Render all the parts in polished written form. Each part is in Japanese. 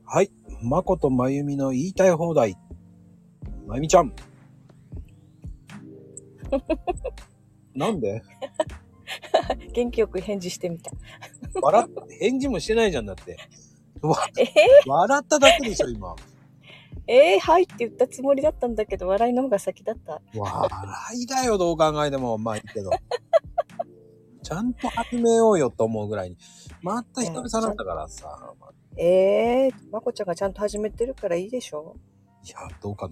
はい。まことまゆみの言いたい放題。まゆみちゃん。なんで元気よく返事してみた。 返事もしてないじゃんだって。 え笑っただけでしょ、今。 はいって言ったつもりだったんだけど、笑いの方が先だった。 笑いだよ、どう考えても。まあいいけど。ちゃんと始めようよと思うぐらいに。また久々なんだからさ。 まこちゃんがちゃんと始めてるからいいでしょ。 いや、どうかな。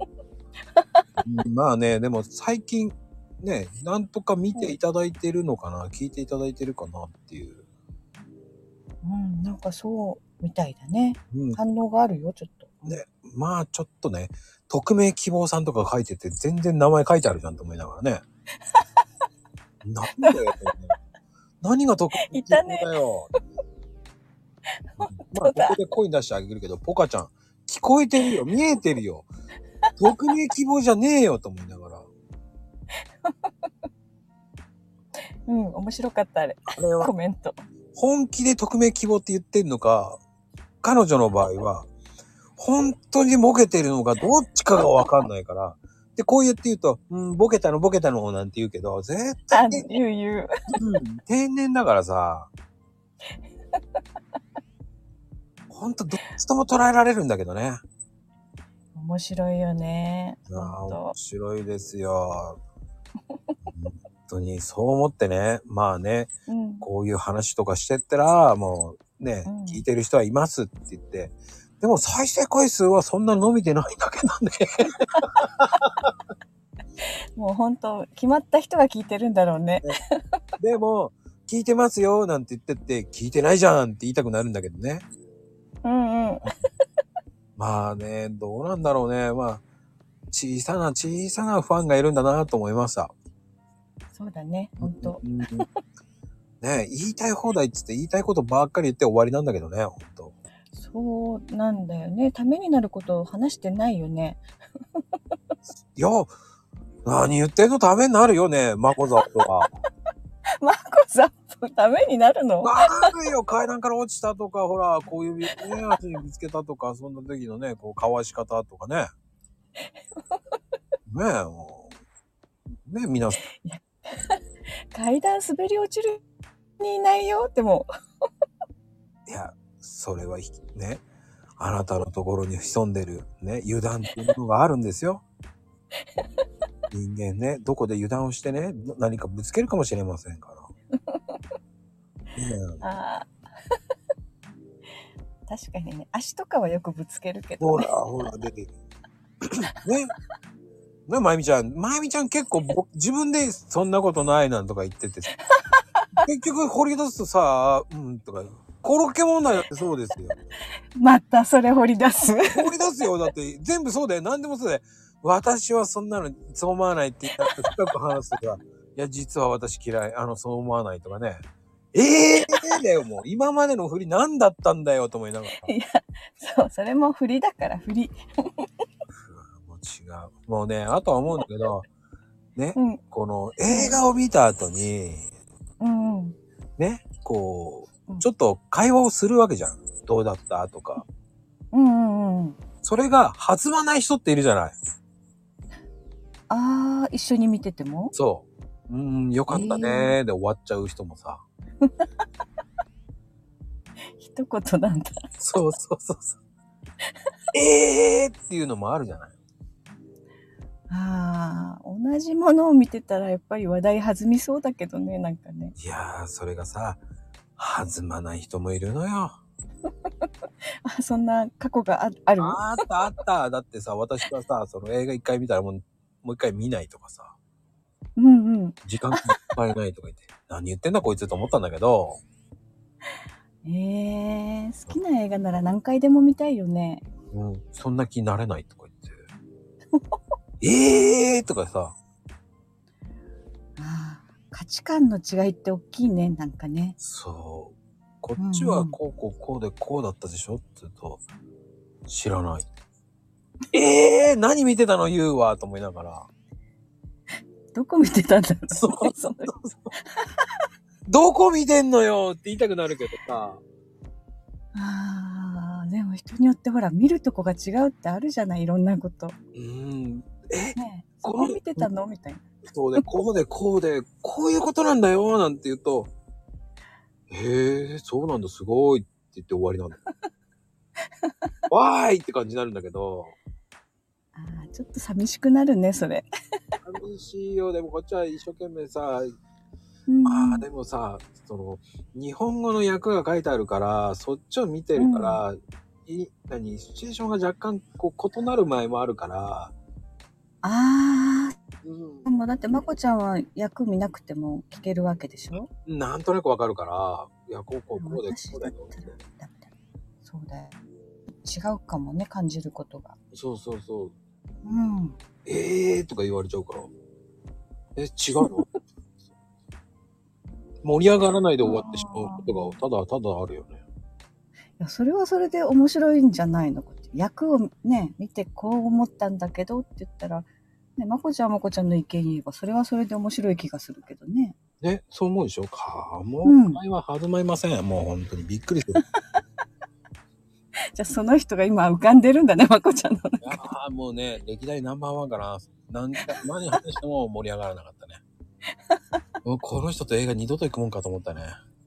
まあね、でも最近、ね、なんとか見ていただいてるのかな、聞いていただいてるかなっていう。 なんかそうみたいだね。反応があるよ、ちょっと。 ね、まあちょっとね、匿名希望さんとか書いてて全然名前書いてあるじゃんと思いながらね。なんだよ、何が匿名希望だよ。まあここで声出してあげるけど、ポカちゃん、聞こえてるよ、見えてるよ。匿名希望じゃねえよと思いながら。 面白かったあれはコメント。 本気で匿名希望って言ってんのか、彼女の場合は本当にボケてるのかどっちかがわかんないから。で、こう言って言うと、ボケたのなんて言うけど、絶対言う。 天然だからさ。ほんとどっちとも捉えられるんだけどね。 面白いよね。 面白いですよ。本当にそう思ってね、まあね、こういう話とかしてったら、もうね、聞いてる人はいますって言って、でも再生回数はそんな伸びてないだけなんで。 もう本当決まった人が聞いてるんだろうね。 でも、聞いてますよなんて言ってって、聞いてないじゃんって言いたくなるんだけどね。まあね、どうなんだろうね。まあ、小さなファンがいるんだなと思いました。 そうだね、ほんと。 ね、言いたい放題って言って言いたいことばっかり言って終わりなんだけどね、ほんと。 そうなんだよね。ためになることを話してないよね。 いや、何言ってんのためになるよね、マコザップは。 マコザップためになるの？ なるよ、階段から落ちたとか、ほら、こういうね、足にぶつけたとか、そんな時のね、こう、かわし方とかね。ねえ、もう。ね、皆さん。 階段滑り落ちるにいないよ、でも。 いや、それはね、あなたのところに潜んでるね、油断っていうのがあるんですよ。人間ね、どこで油断をしてね、何かぶつけるかもしれませんから。 確かにね、足とかはよくぶつけるけど、 ね。ほら、出てる。ね。ね、まゆみちゃん結構自分でそんなことないなんとか言ってて、結局掘り出すとさ、とか、コロッケ問題だってそうですよ。 またそれ掘り出す。 掘り出すよ。だって全部そうだよ。何でもそうだよ。私はそんなのそう思わないって言ったら深く話すとか、いや、実は私嫌い。そう思わないとかね。だよ、もう。今までの振り何だったんだよ、と思いながら。 いや、そう、それも振りだから振り。 もう違う。もうね、あとは思うんだけど、ね、この映画を見た後に、ね、こう、ちょっと会話をするわけじゃん。どうだったとか。それが弾まない人っているじゃない。 一緒に見てても？ そう。よかったねーで終わっちゃう人もさ。 一言なんだ。 そう。っていうのもあるじゃない。 同じものを見てたらやっぱり話題弾みそうだけどね、なんかね。 いやー、それがさ、弾まない人もいるのよ。 そんな過去がある？ あった。だってさ、私はさ、その映画一回見たらもう一回見ないとかさ。時間いっぱいないとか言って、何言ってんだこいつと思ったんだけど。 好きな映画なら何回でも見たいよね。 そんな気になれないとか言って。とかさ。 価値観の違いって大きいね、なんかね。 そう。こっちはこうでこうだったでしょって言うと、知らない。何見てたの言うわと思いながら。 どこ見てたんだろう。 そう。どこ見てんのよって言いたくなるけどさ。 でもそう人によってほら見るとこが違うってあるじゃない、いろんなこと。ねえ、そこ見てたのみたいな。 そうで、こうで、こうで、こういうことなんだよなんて言うと、へえ、そうなんだ、すごいって言って終わりなんだ。わーいって感じになるんだけど。 ああ、ちょっと寂しくなるね、それ。 寂しいよ。でもこっちは一生懸命さ、でもさ、日本語の訳が書いてあるから、そっちを見てるから、シチュエーションが若干こう異なる場合もあるから。 でもだってまこちゃんは訳見なくても聞けるわけでしょ？ なんとなくわかるから、いや、こうで、こうだよ。 そうだよ。違うかもね、感じることが。 そうそうそう。 とか言われちゃうから。違うの盛り上がらないで終わってしまうことがただあるよね。 いや、それはそれで面白いんじゃないの？役をね、見てこう思ったんだけどって言ったら、ね、まこちゃんはまこちゃんの意見言えば、それはそれで面白い気がするけどね。 ね、そう思うでしょ？もう、会話弾まいません。もう本当にびっくりする。 じゃあその人が今浮かんでるんだね、まこちゃんの中で。 もうね、歴代ナンバーワンかな。何話しても盛り上がらなかったね。もうこの人と映画二度と行くもんかと思ったね。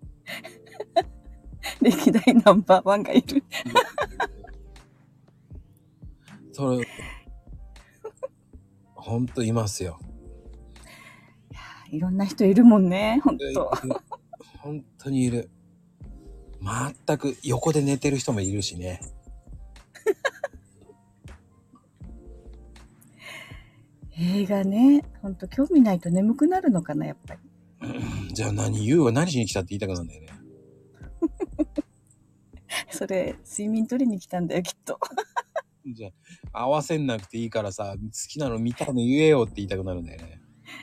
歴代ナンバーワンがいる。 それ、ほんといますよ。 いろんな人いるもんね、ほんと。 本当にいる。全く横で寝てる人もいるしね。 映画ね、ほんと興味ないと眠くなるのかな、やっぱり。 じゃあユウは何しに来たって言いたくなるんだよね。 それ、睡眠取りに来たんだよ、きっと。 じゃあ、合わせなくていいからさ、好きなの見たの言えよって言いたくなるんだよね。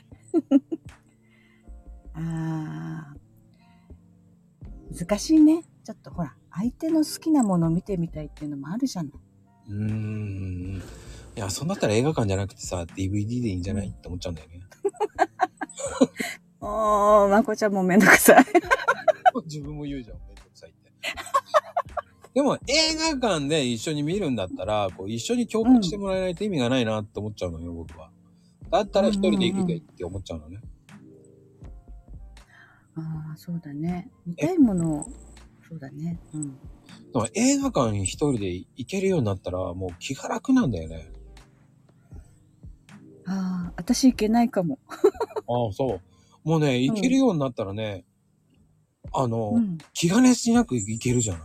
難しいね。ちょっとほら、相手の好きなものを見てみたいっていうのもあるじゃない。 いや、そんだったら映画館じゃなくてさ、DVD でいいんじゃない、って思っちゃうんだよね。 まこちゃんもめんどくさい。 自分も言うじゃん、めんどくさいって。でも映画館で一緒に見るんだったら、こう一緒に共感してもらえないと意味がないなって思っちゃうのよ、僕は。だったら一人で行くべって思っちゃうのね。 そうだね。見たいものを、そうだね。 だから映画館一人で行けるようになったら、もう気が楽なんだよね。 私行けないかも。 そう。もうね、行けるようになったらね、気兼ねしなく行けるじゃない。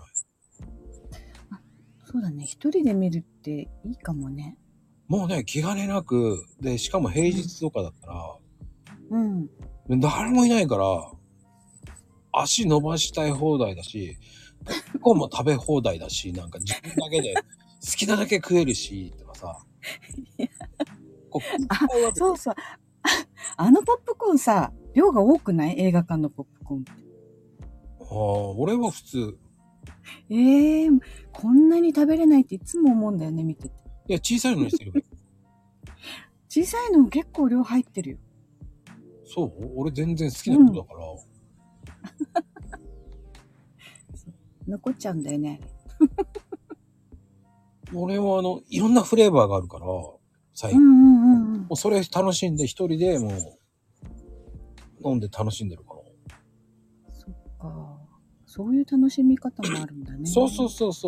そうだね。一人で見るっていいかもね。 もうね、気兼ねなく、で、しかも平日とかだったら、誰もいないから、足伸ばしたい放題だし、ここも食べ放題だし、なんか自分だけで好きなだけ食えるし、とかさ。 そうそう。あのポップコーンさ、量が多くない？映画館のポップコーンって。 俺は普通。 こんなに食べれないっていつも思うんだよね、見てて。 いや、小さいのにしてる。 小さいの結構量入ってるよ。 そう？俺全然好きな人だから。 残っちゃうんだよね。 俺はいろんなフレーバーがあるから、最近。もうそれ楽しんで一人でもう飲んで楽しんでるから。 そっか。そういう楽しみ方もあるんだね。 そう。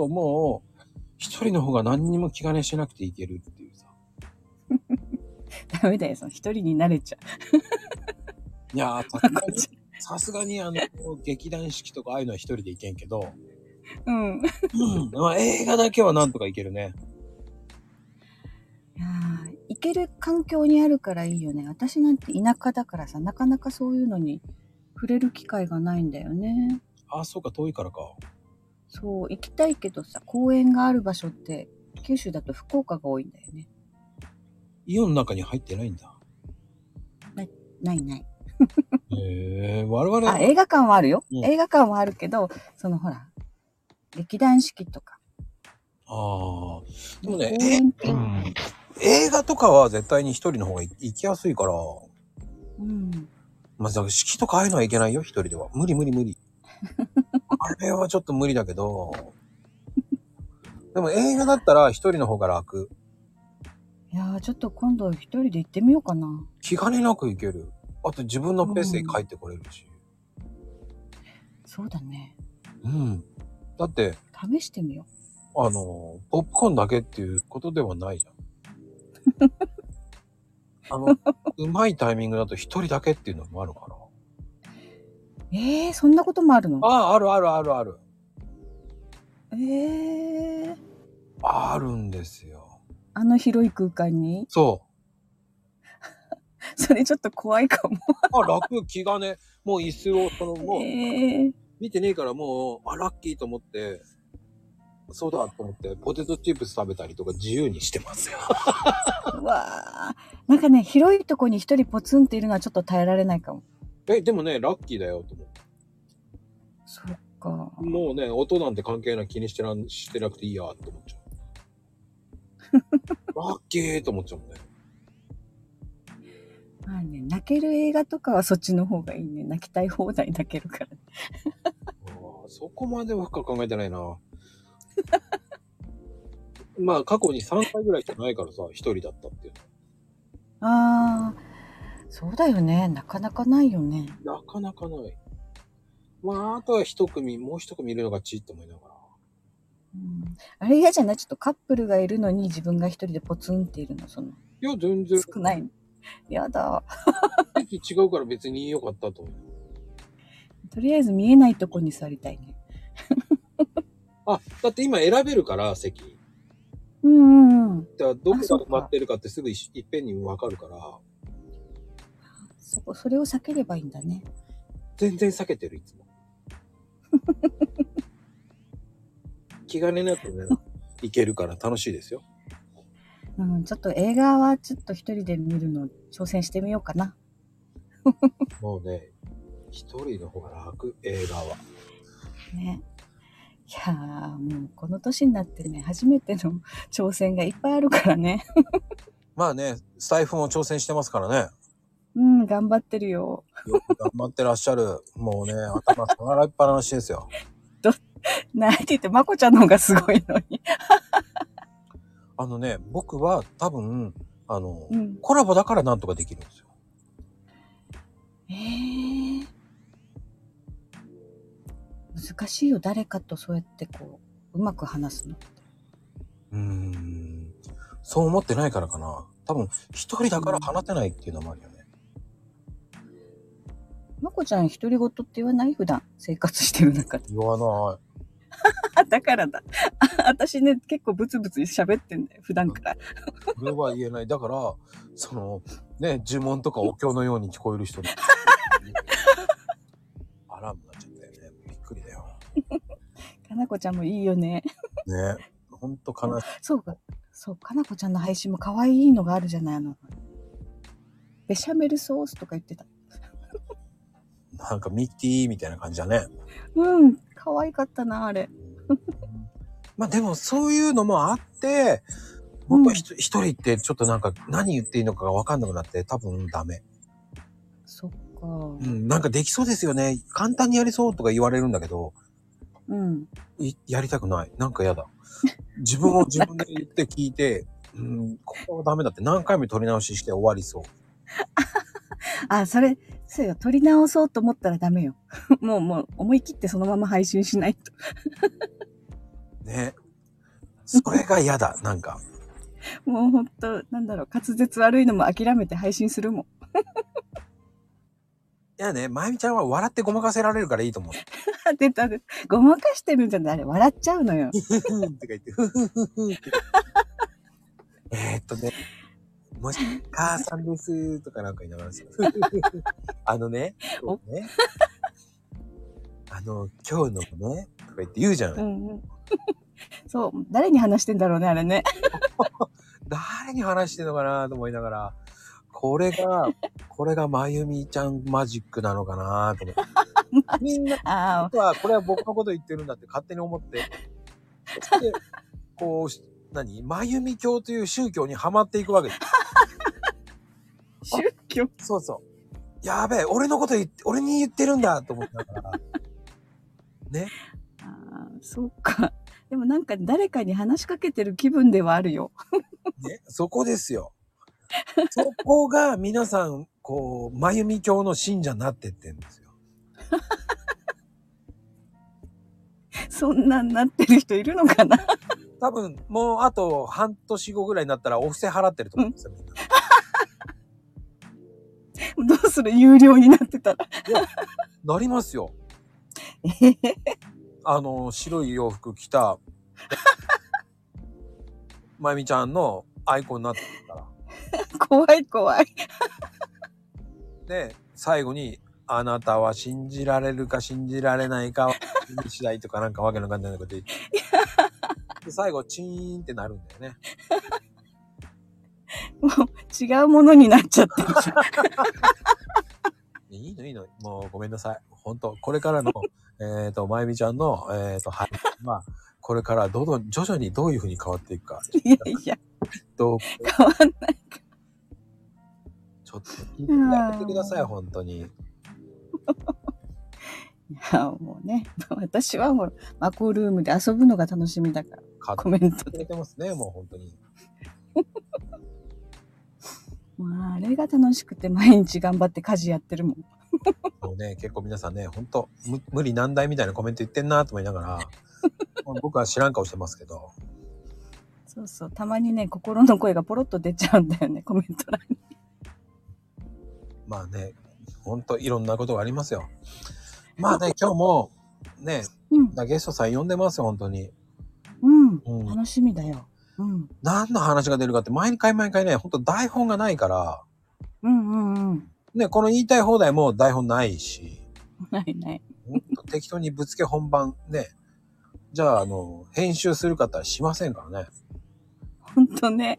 もう、一人の方が何にも気兼ねしなくていけるっていうさ。 ダメだよ、その一人になれちゃう。いやー、さすがに劇団四季とかああいうのは一人で行けんけど。まあ映画だけはなんとか行けるね。 行ける環境にあるからいいよね。私なんて田舎だからさ、なかなかそういうのに触れる機会がないんだよね。 そうか、遠いからか。 そう、行きたいけどさ、公園がある場所って九州だと福岡が多いんだよね。 イオンの中に入ってないんだ。 ない。 我々 映画館はあるよ。映画館はあるけど、そのほら、劇団四季とか。 でもね、映画とかは絶対に一人の方が行きやすいから。まあ、だから式とかああいうのはいけないよ、一人では。無理。あれはちょっと無理だけど、 でも映画だったら一人の方が楽。 いやー、ちょっと今度一人で行ってみようかな。 気兼ねなく行ける。あと自分のペースで帰ってこれるし。 そうだね。 うん。だって、 試してみよう。ポップコーンだけっていうことではないじゃん。うまいタイミングだと一人だけっていうのもあるから。 そんなこともあるの？ ある。あるんですよ。 あの広い空間に？ そう。 それちょっと怖いかも。 楽、気がね、もう椅子を、もう、見てねえからもう、ラッキーと思って、そうだと思って、ポテトチップス食べたりとか自由にしてますよ。 うわー、なんかね、広いとこに一人ポツンっているのはちょっと耐えられないかも。 でもね、ラッキーだよと思って。 そっか。 もうね、音なんて関係ない、気にしてなくていいやと思っちゃう。ラッキーと思っちゃうもんね。 まあね、泣ける映画とかはそっちの方がいいね。泣きたい放題泣けるから。 そこまでは深く考えてないな。まあ過去に3回ぐらいしかないからさ、一人だったっていうの。ああ、そうだよね。なかなかないよね。 なかなかない。まああとはもう一組いるのがチッと思いながら。 あれ嫌じゃない？ちょっとカップルがいるのに自分が一人でポツンっているの、その。いや、全然。 少ない。やだ。 席違うから別に良かったと思う。 とりあえず見えないとこに座りたいね。 だって今選べるから、席。だからどこが埋まってるかってすぐいっぺんにわかるから。 それを避ければいいんだね。 全然避けてる、いつも。気兼ねなくね、行けるから楽しいですよ。 ちょっと映画はちょっと一人で見るの挑戦してみようかな。 もうね、一人の方が楽、映画は。 ね。いやー、もうこの年になってね、初めての挑戦がいっぱいあるからね。 まあね、スタイフも挑戦してますからね。 頑張ってるよ。 よく頑張ってらっしゃる。もうね、頭下がらいっぱなしですよ。 ないって言って、まこちゃんの方がすごいのに。 僕は多分、コラボだからなんとかできるんですよ。 難しいよ、誰かとそうやってうまく話すの。 そう思ってないからかな。多分、一人だから話せないっていうのもあるよね。 まこちゃん独り言って言わない？普段生活してる中で。 言わない。 だからだ。私ね、結構ブツブツ喋ってんだよ、普段から。 それは言えない。だから、呪文とかお経のように聞こえる人に。アラームになっちゃったよね。びっくりだよ。 かなこちゃんもいいよね。 ね。ほんと悲しい。 そうか、かなこちゃんの配信も可愛いのがあるじゃない。ベシャメルソースとか言ってた。 なんかミッティーみたいな感じだね。 可愛かったな、あれ。 まあでもそういうのもあって、僕は一人ってちょっとなんか何言っていいのかが分かんなくなって多分ダメ。 そっか。 なんかできそうですよね。簡単にやりそうとか言われるんだけど、やりたくない。なんかやだ。自分を自分で言って聞いて、ここはダメだって何回も撮り直しして終わりそう。 そうよ。撮り直そうと思ったらダメよ。もう思い切ってそのまま配信しないと。 ね。それが嫌だ、なんか。 もうほんと、滑舌悪いのも諦めて配信するもん。 いやね、まゆみちゃんは笑ってごまかせられるからいいと思う。 出た。ごまかしてるんじゃない、あれ笑っちゃうのよ。 ふふんって言って、ふふふふってね、もし、母さんですとかなんか言いながらさ、今日のね、とか言って言うじゃん。 そう、誰に話してんだろうね、あれね。 誰に話してんのかなと思いながら、これがまゆみちゃんマジックなのかなと思って。みんな、これは僕のこと言ってるんだって勝手に思って、そして、まゆみ教という宗教にはまっていくわけです。 宗教？ そうそう。やべえ、俺に言ってるんだと思ってながら。ね。 そうか。 でもなんか誰かに話しかけてる気分ではあるよ。 ね、そこですよ。そこが皆さん、こう、まゆみ教の信者になってってんですよ。 そんなんなってる人いるのかな。 多分、もうあと半年後ぐらいになったらお布施払ってると思うんですよ、みんな。 どうする有料になってたら。 いや、なりますよ。白い洋服着た、まゆみちゃんのアイコンになってるから。 怖い怖い。 で、最後に、あなたは信じられるか信じられないかは次第とかなんかわけのわかんないこと言って。で、最後、チーンってなるんだよね。 もう違うものになっちゃってるじゃん。 いいの。もうごめんなさい。本当これからの、まゆみちゃんの、はい。まあ、これから徐々にどういう風に変わっていくか。 いや、変わんないか。 ちょっと聞いてやめてください、本当に。 いや、もうね、私はもう、マコルームで遊ぶのが楽しみだから、コメントで。 出てますね、もう本当に。 まあ、あれが楽しくて毎日頑張って家事やってるもん。 もうね、結構皆さんね、本当無理難題みたいなコメント言ってんなと思いながら、僕は知らん顔してますけど。 そうそう、たまにね、心の声がポロッと出ちゃうんだよね、コメント欄に。 まあね、本当いろんなことがありますよ。まあね、今日も、ね、ゲストさん呼んでますよ、本当に。 楽しみだよ。 何の話が出るかって毎回ね、本当台本がないから、ね、この言いたい放題も台本ないし。 ない。 適当にぶつけ本番ね。じゃあ、編集する方はしませんからね。 ほんとね。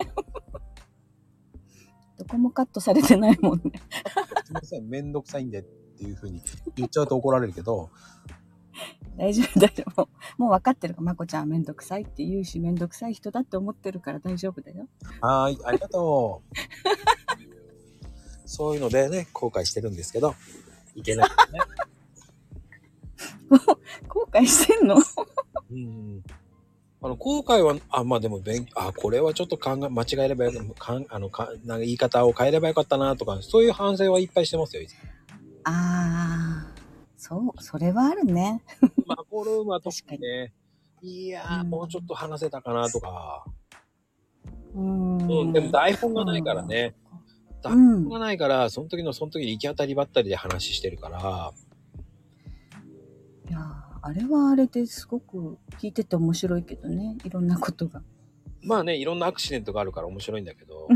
どこもカットされてないもんね。 すいません、めんどくさいんでっていう風に言っちゃうと怒られるけど。 大丈夫。もう分かってるから、まこちゃんはめんどくさいって言うし、めんどくさい人だって思ってるから大丈夫だよ。 はい、ありがとう。そういうのでね、後悔してるんですけど、いけないですね。 後悔してんの？ 後悔は、まあでもこれはちょっと間違えればよかった、なんか言い方を変えればよかったなとか、そういう反省はいっぱいしてますよ、いつも。 それはあるね。 マコルームは確かにね、いやー、もうちょっと話せたかなとか。でも台本がないからね。台本がないから、その時に行き当たりばったりで話してるから。 いやあれはあれですごく聞いてて面白いけどね、いろんなことが。 まあね、いろんなアクシデントがあるから面白いんだけど。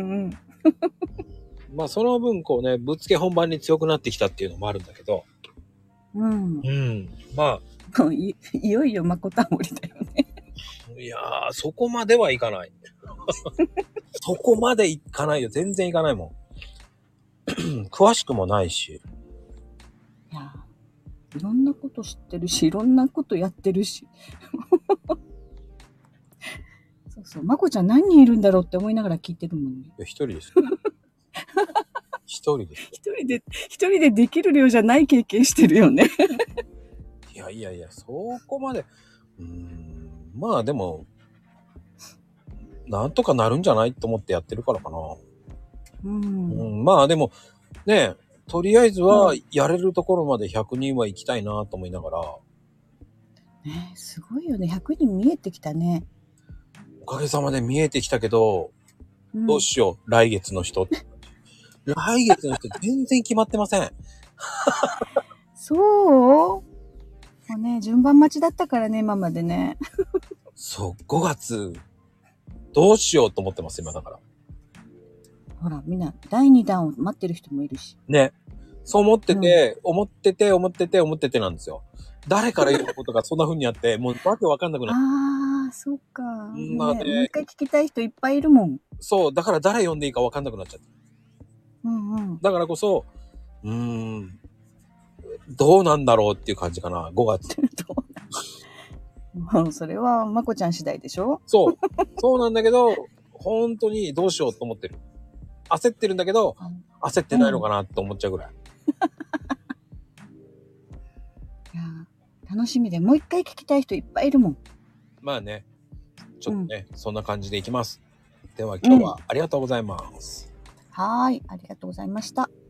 まあその分こうね、ぶっつけ本番に強くなってきたっていうのもあるんだけど。まあ。 もういよいよまこたもりだよね。 いやー、そこまではいかない。そこまでいかないよ。全然いかないもん。詳しくもないし。 いやいろんなこと知ってるし、いろんなことやってるし。そう、まこちゃん何人いるんだろうって思いながら聞いてるもんね。 いや、一人です。一人です。 一人でできる量じゃない経験してるよね。 いや、そこまで。まあでも、なんとかなるんじゃないと思ってやってるからかな。まあでも、ね、とりあえずはやれるところまで100人は行きたいなと思いながら。 すごいよね。100人見えてきたね。 おかげさまで見えてきたけど、どうしよう、来月の人。来月の人全然決まってません。 そうもうね、順番待ちだったからね、今までね。 そう、5月、どうしようと思ってます、今だから。 ほら、みんな、第2弾を待ってる人もいるし。 ね。そう思ってて、思っててなんですよ。誰から言うことがそんな風にあって、もうわけわかんなくなって。 そうか。もう一回聞きたい人いっぱいいるもん。 そう、だから誰呼んでいいかわかんなくなっちゃって。だからこそ、どうなんだろうっていう感じかな、5月。 もうそれはまこちゃん次第でしょ？ そうなんだけど、本当にどうしようと思ってる。焦ってるんだけど、焦ってないのかなって思っちゃうぐらい。 いや楽しみで、もう一回聞きたい人いっぱいいるもん。 まあね、ちょっとね、そんな感じでいきます。では今日はありがとうございます。 はい、ありがとうございました。